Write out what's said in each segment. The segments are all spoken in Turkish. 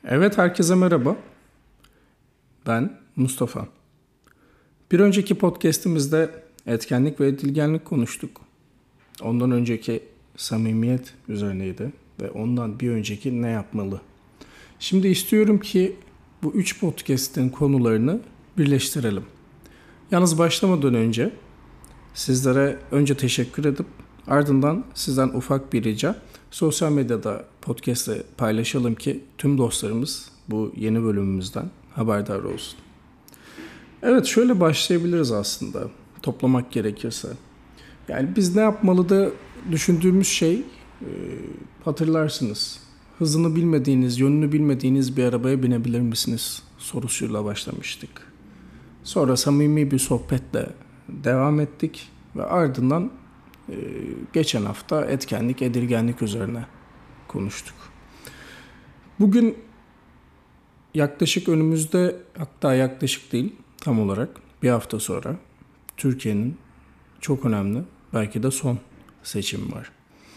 Evet, herkese merhaba. Ben Mustafa. Bir önceki podcast'imizde etkenlik ve edilgenlik konuştuk. Ondan önceki samimiyet üzerineydi ve ondan bir önceki ne yapmalı? Şimdi istiyorum ki bu 3 podcast'in konularını birleştirelim. Yalnız başlamadan önce sizlere önce teşekkür edip ardından sizden ufak bir rica. Sosyal medyada podcast'ı paylaşalım ki tüm dostlarımız bu yeni bölümümüzden haberdar olsun. Evet, şöyle başlayabiliriz aslında toplamak gerekirse. Yani biz ne yapmalı da düşündüğümüz şey hatırlarsınız. Hızını bilmediğiniz, yönünü bilmediğiniz bir arabaya binebilir misiniz sorusuyla başlamıştık. Sonra samimi bir sohbetle devam ettik ve ardından geçen hafta etkenlik, edilgenlik üzerine konuştuk. Bugün yaklaşık önümüzde, hatta yaklaşık değil tam olarak bir hafta sonra Türkiye'nin çok önemli, belki de son seçimi var.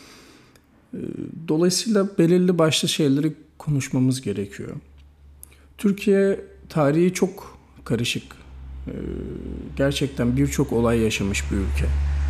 Dolayısıyla belirli başlı şeyleri konuşmamız gerekiyor. Türkiye tarihi çok karışık. Gerçekten birçok olay yaşamış bir ülke.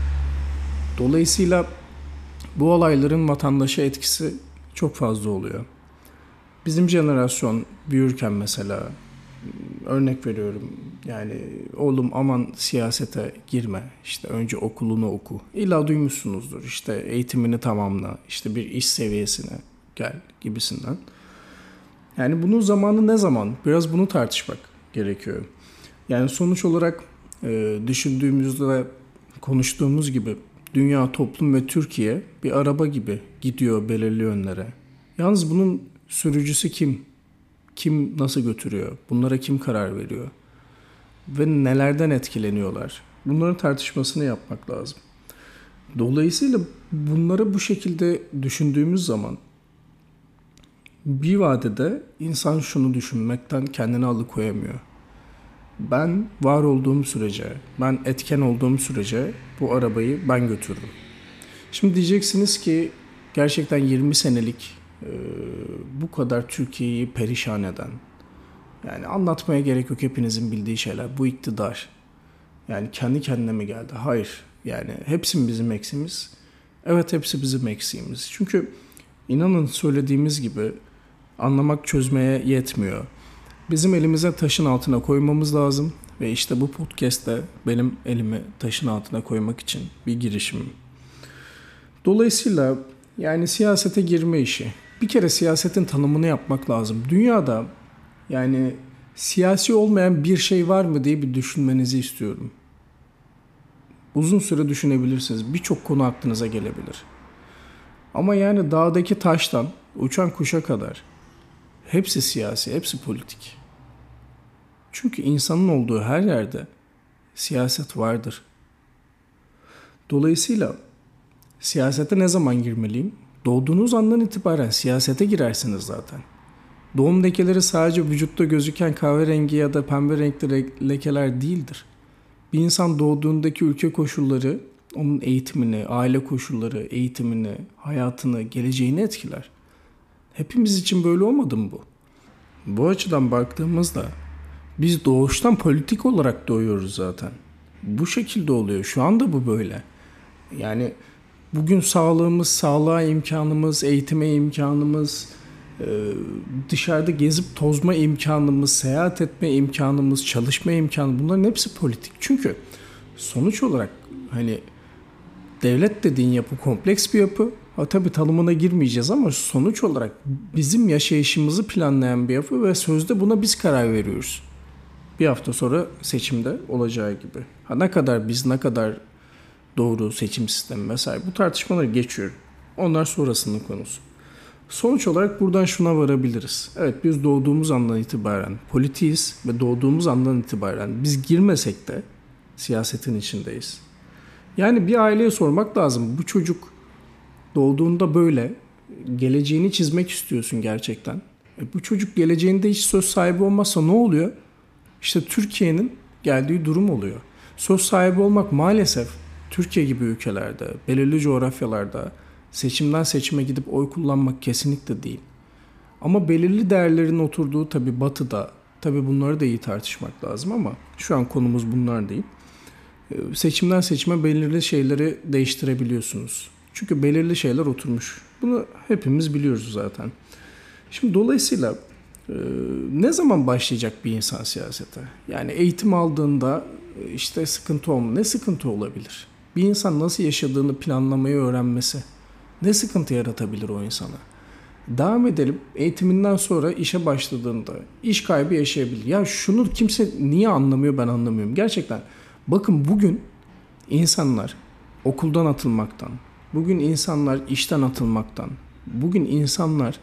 Dolayısıyla bu olayların vatandaşa etkisi çok fazla oluyor. Bizim jenerasyon büyürken mesela örnek veriyorum, yani oğlum aman siyasete girme, işte önce okulunu oku. İlla duymuşsunuzdur, işte eğitimini tamamla, işte bir iş seviyesine gel gibisinden. Yani bunun zamanı ne zaman? Biraz bunu tartışmak gerekiyor. Yani sonuç olarak düşündüğümüzde konuştuğumuz gibi dünya, toplum ve Türkiye bir araba gibi gidiyor belirli yönlere. Yalnız bunun sürücüsü kim? Kim nasıl götürüyor? Bunlara kim karar veriyor? Ve nelerden etkileniyorlar? Bunların tartışmasını yapmak lazım. Dolayısıyla bunları bu şekilde düşündüğümüz zaman bir vadede insan şunu düşünmekten kendini alıkoyamıyor. Ben var olduğum sürece, ben etken olduğum sürece bu arabayı ben götürdüm. Şimdi diyeceksiniz ki gerçekten 20 senelik bu kadar Türkiye'yi perişan eden, yani anlatmaya gerek yok, hepinizin bildiği şeyler, bu iktidar yani kendi kendine mi geldi? Hayır, yani hepsi mi bizim eksimiz? Evet, hepsi bizim eksiğimiz. Çünkü inanın söylediğimiz gibi anlamak çözmeye yetmiyor. Bizim elimize taşın altına koymamız lazım ve işte bu podcast'te benim elimi taşın altına koymak için bir girişimim. Dolayısıyla yani siyasete girme işi. Bir kere siyasetin tanımını yapmak lazım. Dünyada yani siyasi olmayan bir şey var mı diye bir düşünmenizi istiyorum. Uzun süre düşünebilirsiniz. Birçok konu aklınıza gelebilir. Ama yani dağdaki taştan uçan kuşa kadar hepsi siyasi, hepsi politik. Çünkü insanın olduğu her yerde siyaset vardır. Dolayısıyla siyasete ne zaman girmeliyim? Doğduğunuz andan itibaren siyasete girersiniz zaten. Doğum lekeleri sadece vücutta gözüken kahverengi ya da pembe renkli lekeler değildir. Bir insan doğduğundaki ülke koşulları onun eğitimini, aile koşulları, eğitimini, hayatını, geleceğini etkiler. Hepimiz için böyle olmadı mı bu? Bu açıdan baktığımızda biz doğuştan politik olarak doğuyoruz zaten. Bu şekilde oluyor. Şu anda bu böyle. Yani bugün sağlığımız, sağlığa imkanımız, eğitime imkanımız, dışarıda gezip tozma imkanımız, seyahat etme imkanımız, çalışma imkanı, bunların hepsi politik. Çünkü sonuç olarak hani devlet dediğin yapı kompleks bir yapı. Tabii tanımına girmeyeceğiz ama sonuç olarak bizim yaşayışımızı planlayan bir yapı ve sözde buna biz karar veriyoruz. Bir hafta sonra seçimde olacağı gibi. Ne kadar biz, ne kadar doğru seçim sistemi vesaire, bu tartışmaları geçiyorum. Onlar sonrasının konusu. Sonuç olarak buradan şuna varabiliriz. Evet, biz doğduğumuz andan itibaren politiyiz ve doğduğumuz andan itibaren biz girmesek de siyasetin içindeyiz. Yani bir aileye sormak lazım. Bu çocuk doğduğunda böyle, geleceğini çizmek istiyorsun gerçekten. Bu çocuk geleceğinde hiç söz sahibi olmazsa ne oluyor? İşte Türkiye'nin geldiği durum oluyor. Söz sahibi olmak maalesef Türkiye gibi ülkelerde, belirli coğrafyalarda seçimden seçime gidip oy kullanmak kesinlikle değil. Ama belirli değerlerin oturduğu tabii Batı'da, tabii bunları da iyi tartışmak lazım ama şu an konumuz bunlar değil. Seçimden seçime belirli şeyleri değiştirebiliyorsunuz. Çünkü belirli şeyler oturmuş. Bunu hepimiz biliyoruz zaten. Şimdi dolayısıyla ne zaman başlayacak bir insan siyasete? Yani eğitim aldığında işte sıkıntı olma. Ne sıkıntı olabilir? Bir insan nasıl yaşadığını planlamayı öğrenmesi ne sıkıntı yaratabilir o insana? Devam edelim. Eğitiminden sonra işe başladığında iş kaybı yaşayabilir. Ya şunu kimse niye anlamıyor, ben anlamıyorum. Gerçekten bakın, bugün insanlar okuldan atılmaktan, bugün insanlar işten atılmaktan, bugün insanlar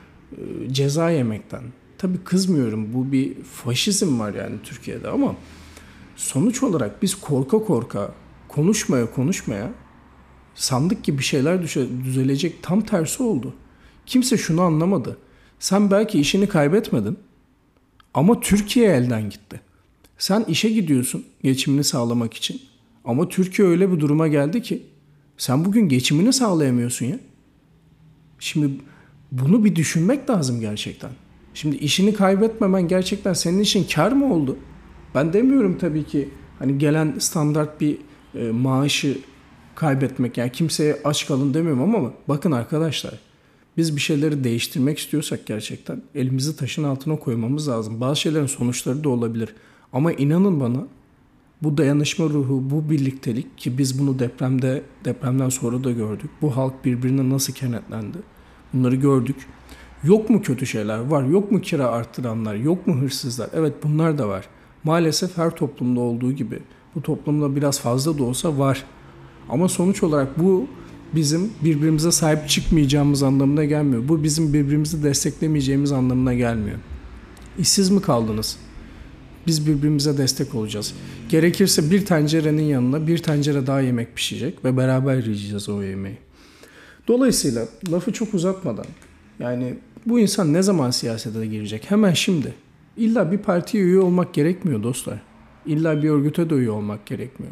ceza yemekten. Tabii kızmıyorum, bu bir faşizm var yani Türkiye'de ama sonuç olarak biz korka korka, konuşmaya sandık ki bir şeyler düzelecek, tam tersi oldu. Kimse şunu anlamadı. Sen belki işini kaybetmedin ama Türkiye elden gitti. Sen işe gidiyorsun geçimini sağlamak için ama Türkiye öyle bir duruma geldi ki sen bugün geçimini sağlayamıyorsun ya. Şimdi bunu bir düşünmek lazım gerçekten. Şimdi işini kaybetmemen gerçekten senin için kar mı oldu? Ben demiyorum tabii ki hani gelen standart bir maaşı kaybetmek, yani kimseye aç kalın demiyorum ama bakın arkadaşlar, biz bir şeyleri değiştirmek istiyorsak gerçekten elimizi taşın altına koymamız lazım. Bazı şeylerin sonuçları da olabilir. Ama inanın bana, bu dayanışma ruhu, bu birliktelik ki biz bunu depremden sonra da gördük. Bu halk birbirine nasıl kenetlendi? Bunları gördük. Yok mu kötü şeyler? Var. Yok mu kira arttıranlar? Yok mu hırsızlar? Evet, bunlar da var. Maalesef her toplumda olduğu gibi bu toplumda biraz fazla da olsa var. Ama sonuç olarak bu bizim birbirimize sahip çıkmayacağımız anlamına gelmiyor. Bu bizim birbirimizi desteklemeyeceğimiz anlamına gelmiyor. İşsiz mi kaldınız? Biz birbirimize destek olacağız. Gerekirse bir tencerenin yanına bir tencere daha yemek pişecek ve beraber yiyeceğiz o yemeği. Dolayısıyla lafı çok uzatmadan, yani bu insan ne zaman siyasete girecek? Hemen şimdi. İlla bir partiye üye olmak gerekmiyor dostlar. İlla bir örgüte de üye olmak gerekmiyor.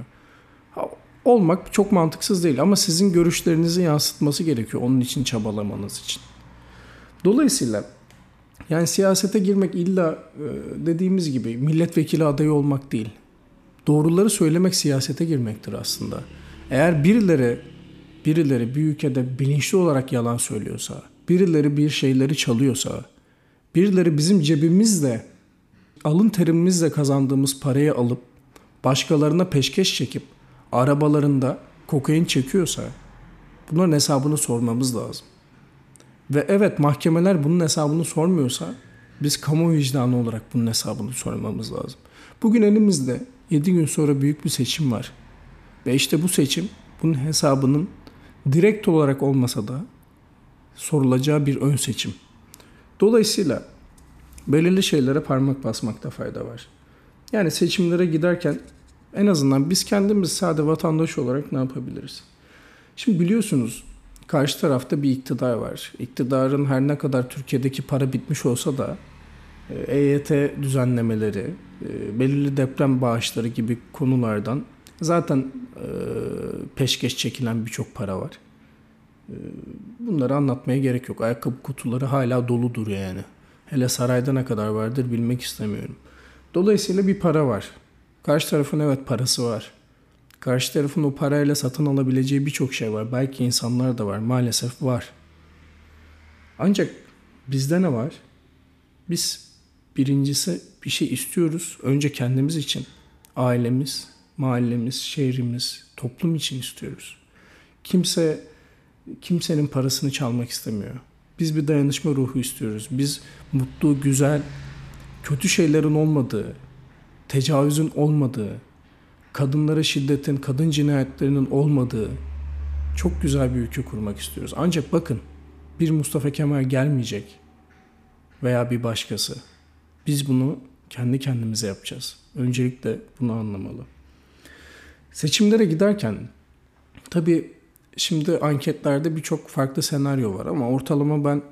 Olmak çok mantıksız değil ama sizin görüşlerinizi yansıtması gerekiyor onun için çabalamanız için. Dolayısıyla yani siyasete girmek illa dediğimiz gibi milletvekili adayı olmak değil. Doğruları söylemek siyasete girmektir aslında. Eğer birileri bir ülkede bilinçli olarak yalan söylüyorsa, birileri bir şeyleri çalıyorsa, birileri bizim cebimizle, alın terimimizle kazandığımız parayı alıp başkalarına peşkeş çekip arabalarında kokain çekiyorsa bunların hesabını sormamız lazım. Ve evet, mahkemeler bunun hesabını sormuyorsa biz kamu vicdanı olarak bunun hesabını sormamız lazım. Bugün elimizde 7 gün sonra büyük bir seçim var. Ve işte bu seçim bunun hesabının direkt olarak olmasa da sorulacağı bir ön seçim. Dolayısıyla belirli şeylere parmak basmakta fayda var. Yani seçimlere giderken en azından biz kendimiz sade vatandaş olarak ne yapabiliriz? Şimdi biliyorsunuz karşı tarafta bir iktidar var. İktidarın her ne kadar Türkiye'deki para bitmiş olsa da EYT düzenlemeleri, belirli deprem bağışları gibi konulardan zaten peşkeş çekilen birçok para var. Bunları anlatmaya gerek yok. Ayakkabı kutuları hala doludur yani. Hele sarayda ne kadar vardır bilmek istemiyorum. Dolayısıyla bir para var. Karşı tarafın evet parası var. Karşı tarafın o parayla satın alabileceği birçok şey var. Belki insanlar da var. Maalesef var. Ancak bizde ne var? Biz birincisi bir şey istiyoruz. Önce kendimiz için. Ailemiz, mahallemiz, şehrimiz, toplum için istiyoruz. Kimsenin parasını çalmak istemiyor. Biz bir dayanışma ruhu istiyoruz. Biz mutlu, güzel, kötü şeylerin olmadığı, tecavüzün olmadığı, kadınlara şiddetin, kadın cinayetlerinin olmadığı çok güzel bir ülke kurmak istiyoruz. Ancak bakın, bir Mustafa Kemal gelmeyecek veya bir başkası. Biz bunu kendi kendimize yapacağız. Öncelikle bunu anlamalı. Seçimlere giderken tabii şimdi anketlerde birçok farklı senaryo var ama ortalama ben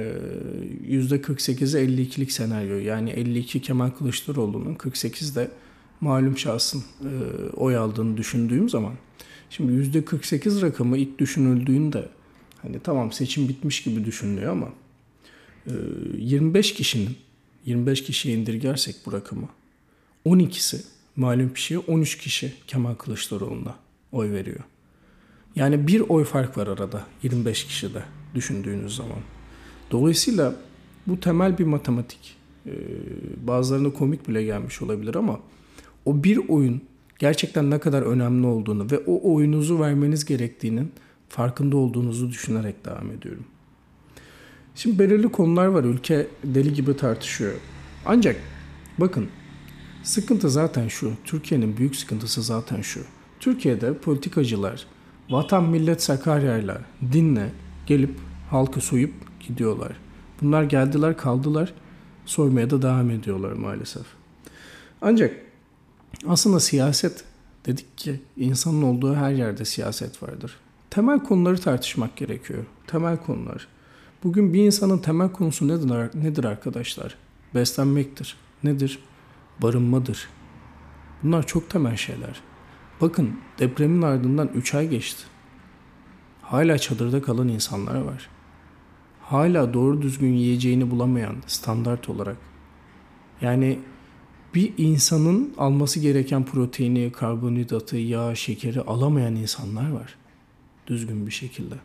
%48'e 52'lik senaryo, yani 52 Kemal Kılıçdaroğlu'nun, 48 de malum şahsın oy aldığını düşündüğüm zaman, şimdi %48 rakamı ilk düşünüldüğünde hani tamam seçim bitmiş gibi düşünülüyor ama 25 kişinin 25 kişiye indirgersek bu rakamı 12'si malum kişiye, 13 kişi Kemal Kılıçdaroğlu'na oy veriyor. Yani bir oy fark var arada 25 kişide düşündüğünüz zaman. Dolayısıyla bu temel bir matematik. Bazılarına komik bile gelmiş olabilir ama o bir oyun gerçekten ne kadar önemli olduğunu ve o oyunuzu vermeniz gerektiğinin farkında olduğunuzu düşünerek devam ediyorum. Şimdi belirli konular var. Ülke deli gibi tartışıyor. Ancak bakın, sıkıntı zaten şu. Türkiye'nin büyük sıkıntısı zaten şu. Türkiye'de politikacılar vatan millet Sakarya'yla, dinle gelip halkı soyup gidiyorlar. Bunlar geldiler kaldılar, soymaya da devam ediyorlar maalesef. Ancak aslında siyaset, dedik ki insanın olduğu her yerde siyaset vardır. Temel konuları tartışmak gerekiyor. Temel konular. Bugün bir insanın temel konusu nedir arkadaşlar? Beslenmektir. Nedir? Barınmadır. Bunlar çok temel şeyler. Bakın, depremin ardından 3 ay geçti. Hala çadırda kalan insanlar var. Hala doğru düzgün yiyeceğini bulamayan, standart olarak. Yani bir insanın alması gereken proteini, karbonhidratı, yağ, şekeri alamayan insanlar var. Düzgün bir şekilde.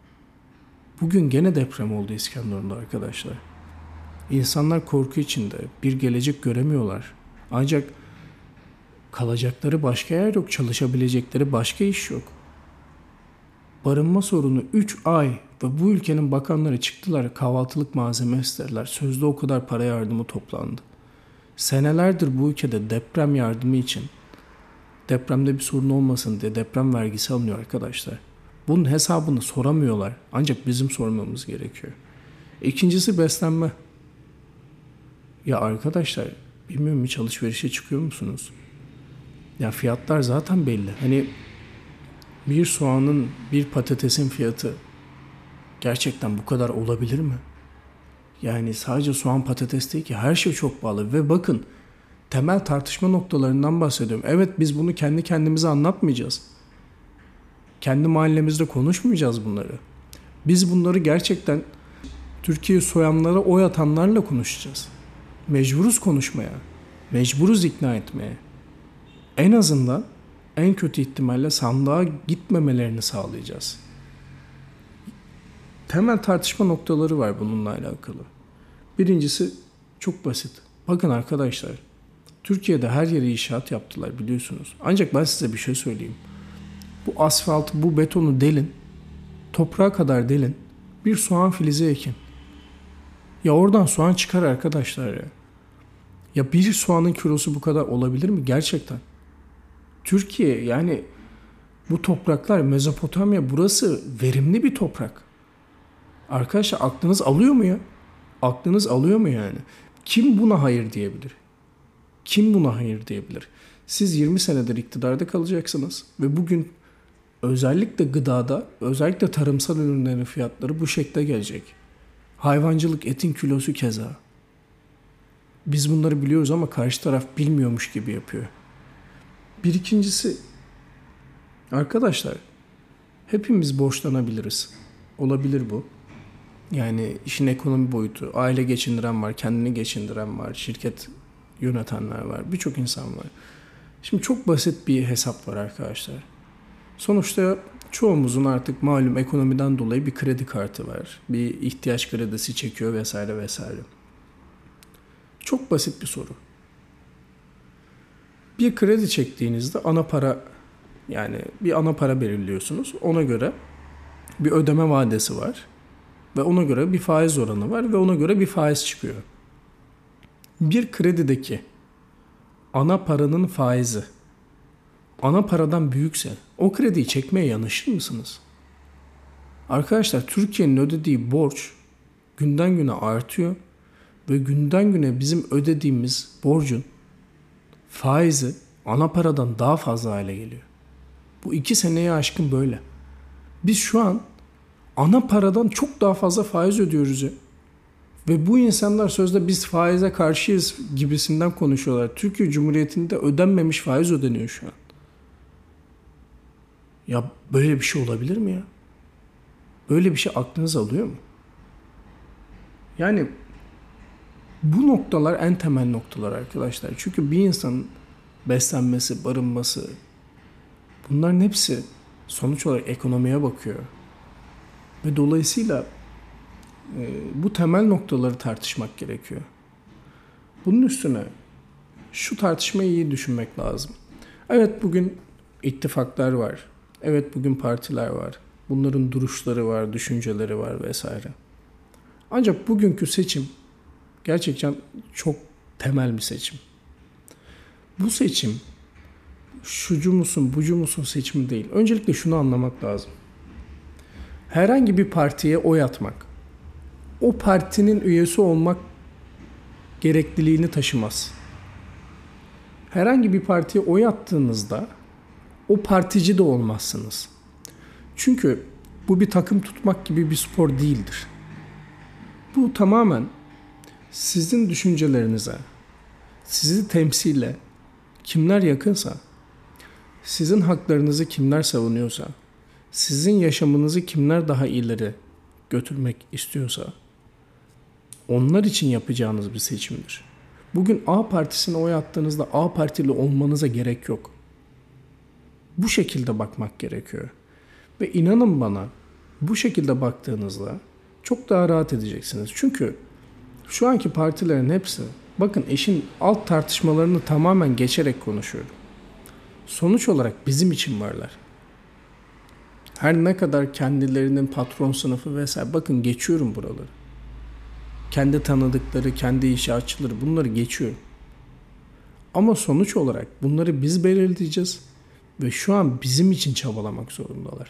Bugün gene deprem oldu İskenderun'da arkadaşlar. İnsanlar korku içinde, bir gelecek göremiyorlar. Ancak kalacakları başka yer yok, çalışabilecekleri başka iş yok. Barınma sorunu 3 ay ve bu ülkenin bakanları çıktılar, kahvaltılık malzeme istediler. Sözde o kadar para yardımı toplandı. Senelerdir bu ülkede deprem yardımı için, depremde bir sorun olmasın diye deprem vergisi alınıyor arkadaşlar. Bunun hesabını soramıyorlar. Ancak bizim sormamız gerekiyor. İkincisi beslenme. Ya arkadaşlar, bilmiyorum, hiç alışverişe çıkıyor musunuz? Ya fiyatlar zaten belli. Hani bir soğanın, bir patatesin fiyatı gerçekten bu kadar olabilir mi? Yani sadece soğan, patates değil ki, her şey çok pahalı. Ve bakın, temel tartışma noktalarından bahsediyorum. Evet, biz bunu kendi kendimize anlatmayacağız. Kendi mahallemizde konuşmayacağız bunları. Biz bunları gerçekten Türkiye'yi soyanlara, oy atanlarla konuşacağız. Mecburuz konuşmaya. Mecburuz ikna etmeye. En azından en kötü ihtimalle sandığa gitmemelerini sağlayacağız. Temel tartışma noktaları var bununla alakalı. Birincisi çok basit. Bakın arkadaşlar, Türkiye'de her yere inşaat yaptılar biliyorsunuz. Ancak ben size bir şey söyleyeyim. Bu asfaltı, bu betonu delin, toprağa kadar delin, bir soğan filizi ekin. Ya oradan soğan çıkar arkadaşlar ya. Ya bir soğanın kilosu bu kadar olabilir mi gerçekten? Türkiye, yani bu topraklar, Mezopotamya, burası verimli bir toprak. Arkadaşlar, aklınız alıyor mu ya? Aklınız alıyor mu yani? Kim buna hayır diyebilir? Kim buna hayır diyebilir? Siz 20 senedir iktidarda kalacaksınız ve bugün özellikle gıdada, özellikle tarımsal ürünlerin fiyatları bu şekilde gelecek. Hayvancılık, etin kilosu keza. Biz bunları biliyoruz ama karşı taraf bilmiyormuş gibi yapıyor. Bir ikincisi, arkadaşlar, hepimiz borçlanabiliriz. Olabilir bu. Yani işin ekonomi boyutu, aile geçindiren var, kendini geçindiren var, şirket yönetenler var, birçok insan var. Şimdi çok basit bir hesap var arkadaşlar. Sonuçta çoğumuzun artık malum ekonomiden dolayı bir kredi kartı var. Bir ihtiyaç kredisi çekiyor vesaire vesaire. Çok basit bir soru. Bir kredi çektiğinizde ana para, yani bir ana para belirliyorsunuz. Ona göre bir ödeme vadesi var. Ve ona göre bir faiz oranı var ve ona göre bir faiz çıkıyor. Bir kredideki ana paranın faizi ana paradan büyükse o krediyi çekmeye yanaşır mısınız? Arkadaşlar, Türkiye'nin ödediği borç günden güne artıyor ve günden güne bizim ödediğimiz borcun faizi ana paradan daha fazla hale geliyor. Bu 2 seneye aşkın böyle. Biz şu an ana paradan çok daha fazla faiz ödüyoruz ya. Ve bu insanlar sözde biz faize karşıyız gibisinden konuşuyorlar. Türkiye Cumhuriyeti'nde ödenmemiş faiz ödeniyor şu an. Ya böyle bir şey olabilir mi ya? Böyle bir şey aklınız alıyor mu? Yani bu noktalar en temel noktalar arkadaşlar. Çünkü bir insanın beslenmesi, barınması, bunların hepsi sonuç olarak ekonomiye bakıyor. Ve dolayısıyla bu temel noktaları tartışmak gerekiyor. Bunun üstüne şu tartışmayı iyi düşünmek lazım. Evet, bugün ittifaklar var. Evet, bugün partiler var. Bunların duruşları var, düşünceleri var vesaire. Ancak bugünkü seçim gerçekten çok temel bir seçim. Bu seçim şucu musun, bucu musun seçimi değil. Öncelikle şunu anlamak lazım. Herhangi bir partiye oy atmak, o partinin üyesi olmak gerekliliğini taşımaz. Herhangi bir partiye oy attığınızda o partici de olmazsınız. Çünkü bu bir takım tutmak gibi bir spor değildir. Bu tamamen sizin düşüncelerinize, sizi temsile kimler yakınsa, sizin haklarınızı kimler savunuyorsa, sizin yaşamınızı kimler daha ileri götürmek istiyorsa, onlar için yapacağınız bir seçimdir. Bugün A partisine oy attığınızda A partili olmanıza gerek yok. Bu şekilde bakmak gerekiyor. Ve inanın bana, bu şekilde baktığınızda çok daha rahat edeceksiniz. Çünkü şu anki partilerin hepsi, bakın işin alt tartışmalarını tamamen geçerek konuşuyorum. Sonuç olarak bizim için varlar. Her ne kadar kendilerinin patron sınıfı vesaire, bakın geçiyorum buraları. Kendi tanıdıkları, kendi işi açılır, bunları geçiyorum. Ama sonuç olarak bunları biz belirleyeceğiz ve şu an bizim için çabalamak zorundalar.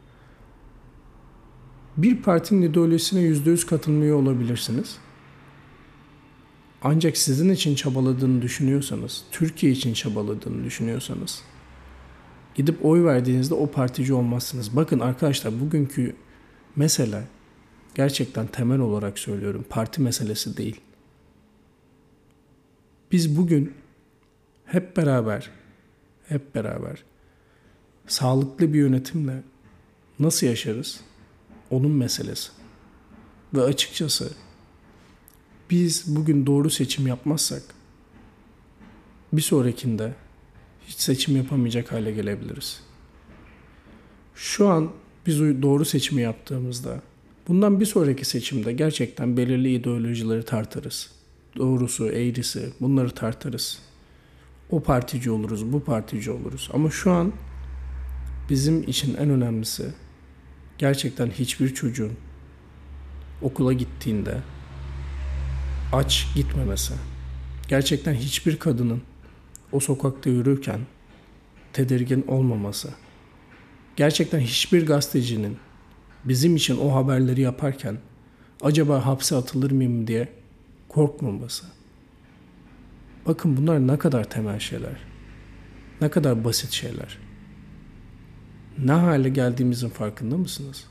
Bir partinin ideolojisine %100 katılmıyor olabilirsiniz. Ancak sizin için çabaladığını düşünüyorsanız, Türkiye için çabaladığını düşünüyorsanız, gidip oy verdiğinizde o partici olmazsınız. Bakın arkadaşlar, bugünkü mesele gerçekten temel olarak söylüyorum, parti meselesi değil. Biz bugün hep beraber sağlıklı bir yönetimle nasıl yaşarız? Onun meselesi. Ve açıkçası biz bugün doğru seçim yapmazsak bir sonrakinde hiç seçim yapamayacak hale gelebiliriz. Şu an biz doğru seçimi yaptığımızda bundan bir sonraki seçimde gerçekten belirli ideolojileri tartarız. Doğrusu, eğrisi, bunları tartarız. O partici oluruz, bu partici oluruz. Ama şu an bizim için en önemlisi gerçekten hiçbir çocuğun okula gittiğinde aç gitmemesi. Gerçekten hiçbir kadının o sokakta yürürken tedirgin olmaması. Gerçekten hiçbir gazetecinin bizim için o haberleri yaparken acaba hapse atılır mıyım diye korkmaması. Bakın bunlar ne kadar temel şeyler. Ne kadar basit şeyler. Ne hale geldiğimizin farkında mısınız?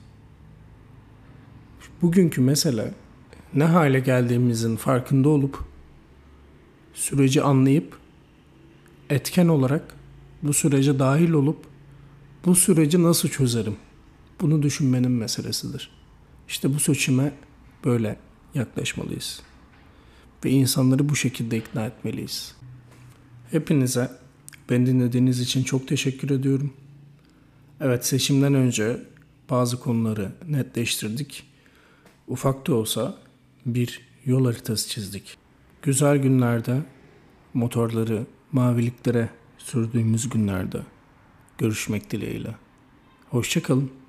Bugünkü mesele ne hale geldiğimizin farkında olup süreci anlayıp etken olarak bu sürece dahil olup bu süreci nasıl çözerim? Bunu düşünmenin meselesidir. İşte bu seçime böyle yaklaşmalıyız. Ve insanları bu şekilde ikna etmeliyiz. Hepinize beni dinlediğiniz için çok teşekkür ediyorum. Evet, seçimden önce bazı konuları netleştirdik. Ufak da olsa bir yol haritası çizdik. Güzel günlerde motorları maviliklere sürdüğümüz günlerde görüşmek dileğiyle. Hoşça kalın.